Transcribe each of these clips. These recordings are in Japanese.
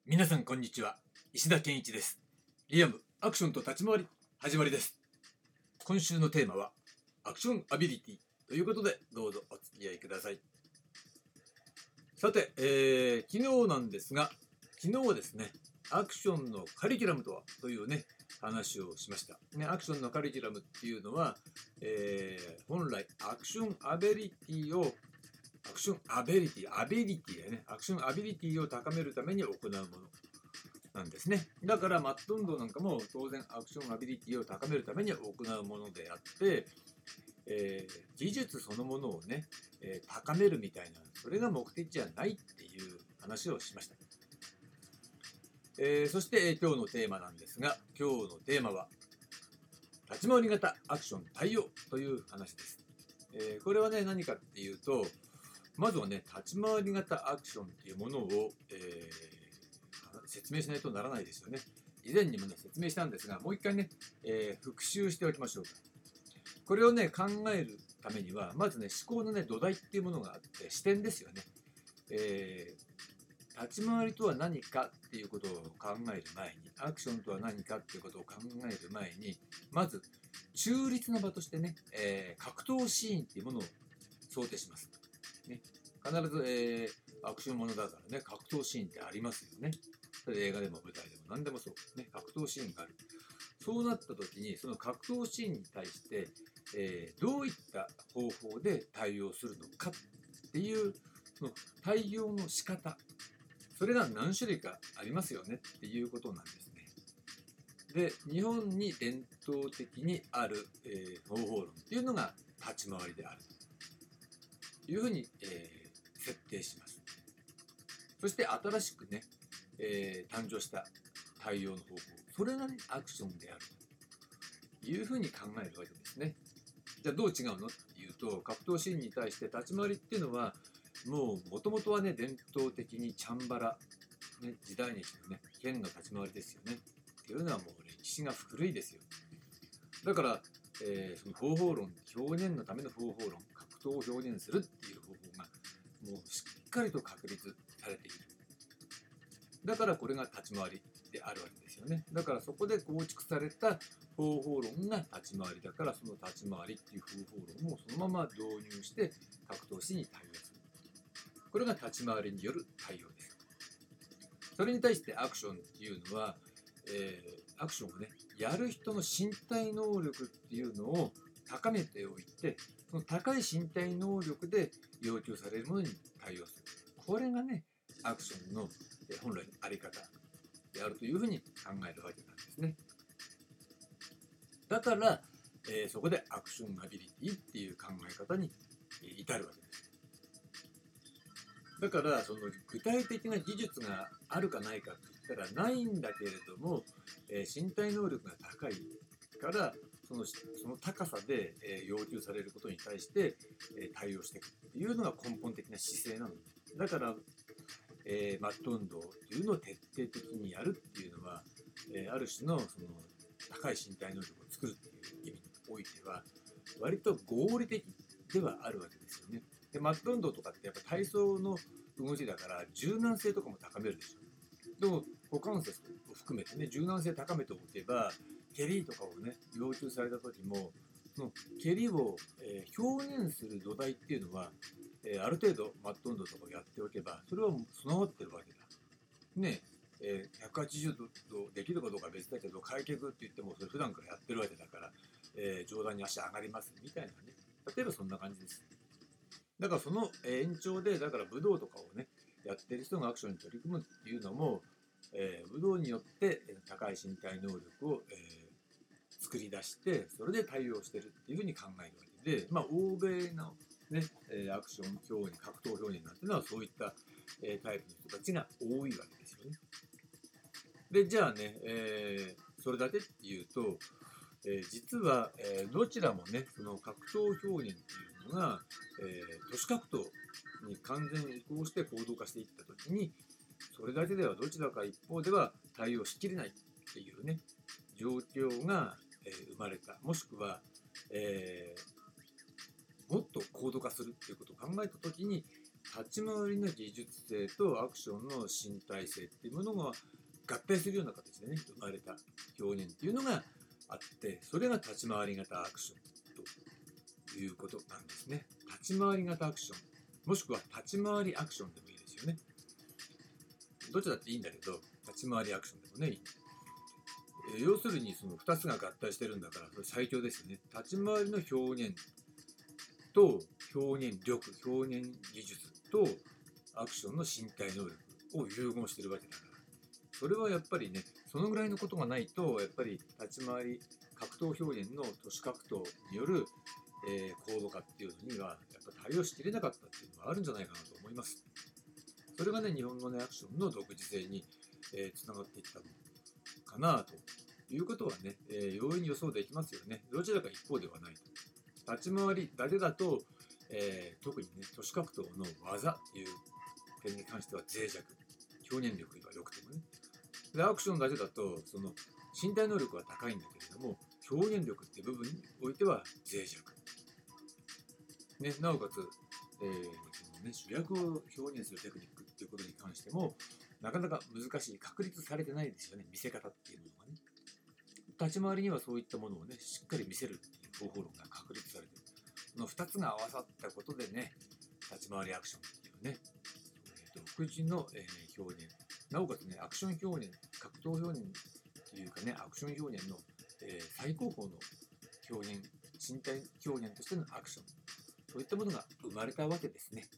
皆さんこんにちは。石田健一です。リアムアクションと立ち回り始まりです。今週のテーマはアクションアビリティということでどうぞお付き合いください。さて、昨日なんですが、昨日はですね、アクションのカリキュラムとはというね話をしました。ね、アクションのカリキュラムっていうのは、本来アクションアビリティをアクションアビリティ、アビリティだね。アクションアビリティを高めるために行うものなんですね。だからマット運動なんかも当然アクションアビリティを高めるために行うものであって、技術そのものをね、高めるみたいな、それが目的じゃないっていう話をしました。そして、今日のテーマなんですが、今日のテーマは立ち回り型アクション対応という話です。これはね、何かっていうと、まずはね、立ち回り型アクションっていうものを、説明しないとならないですよね。以前にもね、説明したんですが、もう一回ね、復習しておきましょう。これをね、考えるためには、まずね、思考のね、土台っていうものがあって、視点ですよね。立ち回りとは何かっていうことを考える前に、アクションとは何かっていうことを考える前に、まず、中立な場としてね、格闘シーンっていうものを想定します。ね、必ず、アクションものだからね、格闘シーンってありますよね。それ映画でも舞台でも何でもそう。ね、格闘シーンがある。そうなった時に、その格闘シーンに対して、どういった方法で対応するのかっていう、その対応の仕方、それが何種類かありますよねっていうことなんですね。で、日本に伝統的にある、方法論っていうのが立ち回りであるというふうに、設定します。そして新しくね、誕生した対応の方法、それがね、アクションであるというふうに考えるわけですね。じゃあどう違うのっていうと、格闘シーンに対して立ち回りっていうのは、もともとはね、伝統的にチャンバラ、ね、時代劇のね、剣の立ち回りですよね。っていうのはもう歴史が古いですよ。だから、その方法論、表現のための方法論、格闘を表現するっていう方法が、もうしっかりと確立されている。だからこれが立ち回りであるわけですよね。だからそこで構築された方法論が立ち回りだから、その立ち回りっていう方法論をそのまま導入して格闘士に対応する。これが立ち回りによる対応です。それに対してアクションっていうのは、アクションをね、やる人の身体能力っていうのを高めておいて、その高い身体能力で要求されるものに対応する。これがね、アクションの本来のあり方であるというふうに考えるわけなんですね。だから、そこでアクションアビリティっていう考え方に至るわけです。だからその具体的な技術があるかないかって言ったらないんだけれども、身体能力が高いからその高さで、要求されることに対して、対応していくっていうのが根本的な姿勢なの。だから、マット運動っていうのを徹底的にやるっていうのは、ある種のその高い身体能力を作るっていう意味においては割と合理的ではあるわけですよね。でマット運動とかってやっぱ体操の動きだから柔軟性とかも高めるでしょ。でも股関節を含めてね柔軟性高めておけば蹴りとかをね要求された時もその蹴りを、表現する土台っていうのは、ある程度マット運動とかをやっておけばそれは備わってるわけだ。ね180度できるかどうかは別だけど開脚って言ってもそれ普段からやってるわけだから、上段に足上がりますみたいなね例えばそんな感じです。だからその延長でだから武道とかをねやってる人がアクションに取り組むっていうのも、武道によって高い身体能力を、作り出してそれで対応してるっていうふうに考えるわけで、欧米の、ね、アクション表現格闘表現なんていうのはそういった、タイプの人たちが多いわけですよね。でじゃあね、それだけっていうと、実は、どちらもねその格闘表現っていうのが、都市格闘に完全に移行して行動化していった時にそれだけではどちらか一方では対応しきれないっていうね状況が、生まれた。もしくは、もっと高度化するっていうことを考えた時に立ち回りの技術性とアクションの身体性っていうものが合体するような形でね生まれた表現っていうのがあって、それが立ち回り型アクションということなんですね。立ち回り型アクション、もしくは立ち回りアクションでもいいですよね。どっちだっていいんだけど、立ち回りアクションでもねいい。要するにその2つが合体してるんだから、それ最強ですよね。立ち回りの表現と表現力、表現技術とアクションの身体能力を融合してるわけだから、それはやっぱりね、そのぐらいのことがないと、やっぱり立ち回り格闘表現の都市格闘による、高度化っていうのにはやっぱ対応しきれなかったっていうのがあるんじゃないかなと思います。それがね、日本のねアクションの独自性につながっていったのかなということはね、容易に予想できますよね。どちらか一方ではないと。立ち回りだけだと、特にね、都市格闘の技という点に関しては脆弱。表現力が良くてもね。で、アクションだけだと、その身体能力は高いんだけれども、表現力っていう部分においては脆弱。ね、なおかつ、そのね、主役を表現するテクニックっていうことに関しても、なかなか難しい、確立されてないですよね、見せ方っていうものがね。立ち回りにはそういったものをね、しっかり見せるっていう方法論が確立されている。この2つが合わさったことでね、立ち回りアクションっていうね、独自の表現、なおかつね、アクション表現、格闘表現っていうかね、アクション表現の最高峰の表現、身体表現としてのアクション、そういったものが生まれたわけですね。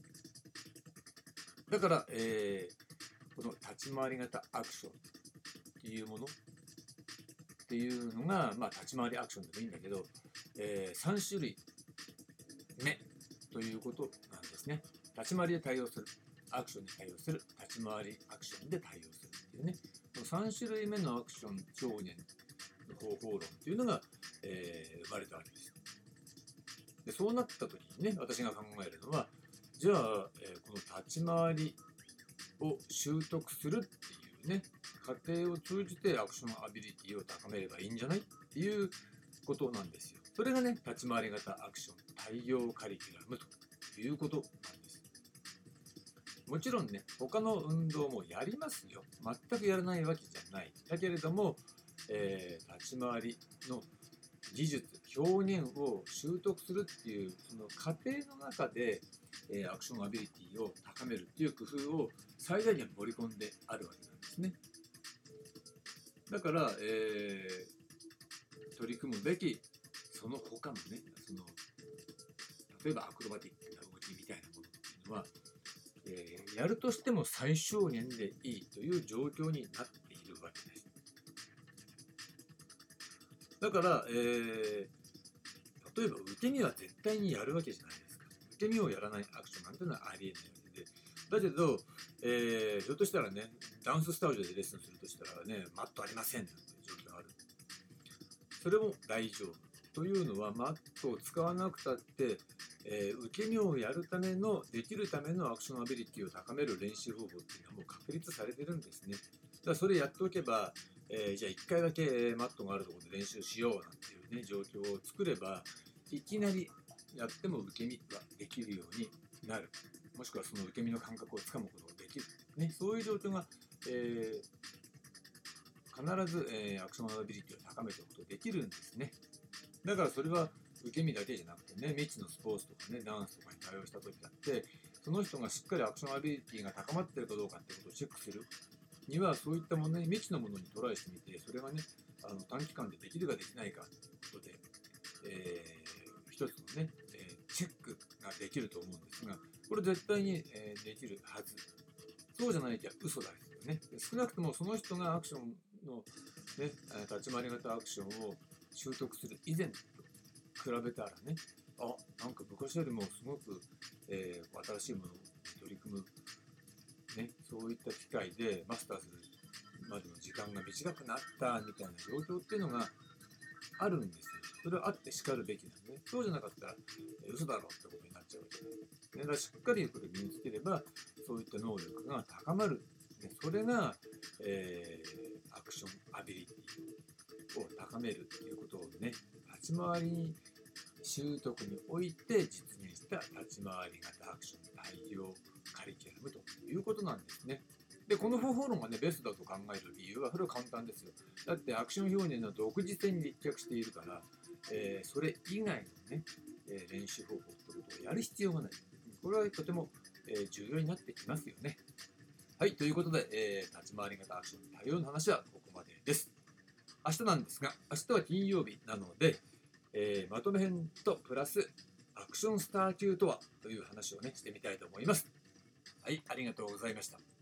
だから、この立ち回り型アクションっていうものっていうのが、まあ、立ち回りアクションでもいいんだけど、3種類目ということなんですね。立ち回りで対応する、アクションに対応する、立ち回りアクションで対応するっていうね、この3種類目のアクション表現の方法論っていうのが、生まれたわけですよ。でそうなった時にね、私が考えるのは、じゃあ、この立ち回りを習得するっていうね、過程を通じてアクションアビリティを高めればいいんじゃないっていうことなんですよ。それがね、立ち回り型アクション対応カリキュラムということなんです。もちろんね、他の運動もやりますよ。全くやらないわけじゃない。だけれども、立ち回りの技術、表現を習得するっていうその過程の中で、アクションアビリティを高めるっていう工夫を最大限盛り込んであるわけなんですね。だから、取り組むべきその他のね、その例えばアクロバティックな動きみたいなものっていうのは、やるとしても最小限でいいという状況になっているわけです。だから、例えば受け身は絶対にやるわけじゃないですか。受け身をやらないアクションなんてのはありえないわけで。だけど、ひょっとしたらね、ダンススタジオでレッスンするとしたらね、マットありませんなんていう状況がある。それも大丈夫。というのは、マットを使わなくたって、受け身をやるための、できるためのアクションアビリティを高める練習方法っていうのはもう確立されてるんですね。だからそれやっておけば、じゃあ1回だけマットがあるところで練習しようなんていうね、状況を作れば、いきなりやっても受け身はできるようになる。もしくはその受け身の感覚をつかむことができる。ね、そういう状況が、必ず、アクションアビリティを高めておくことができるんですね。だからそれは受け身だけじゃなくてね、未知のスポーツとかね、ダンスとかに対応した時だって、その人がしっかりアクションアビリティが高まっているかどうかってことをチェックするには、そういったものね、未知のものにトライしてみて、それがね、短期間でできるかできないかということで、一つのね、チェックができると思うんですが、これ絶対に、できるはず。そうじゃないきゃ嘘ですよね。少なくともその人がアクションの、ね、立ち回り型アクションを習得する以前と比べたらね、なんか昔よりもすごく、新しいものに取り組む、ね、そういった機会でマスターするまでの時間が短くなったみたいな状況っていうのがあるんですよ。それはあってしかるべきなんで、ね、そうじゃなかったら、嘘だろってことになっちゃうわけで、ね、だからしっかりこれ身につければ、そういった能力が高まる。ね、それが、アクションアビリティを高めるっていうことをね、立ち回り習得において実現した立ち回り型アクション対応カリキュラムということなんですね。で、この方法論がね、ベストだと考える理由は、それは簡単ですよ。だってアクション表現の独自性に立脚しているから、それ以外のね、練習方法ということをやる必要がない。これはとても、重要になってきますよね。はい、ということで、立ち回り型アクション対応の話はここまでです。明日なんですが、明日は金曜日なので、まとめ編とプラスアクションスター級とはという話をね、してみたいと思います。はい、ありがとうございました。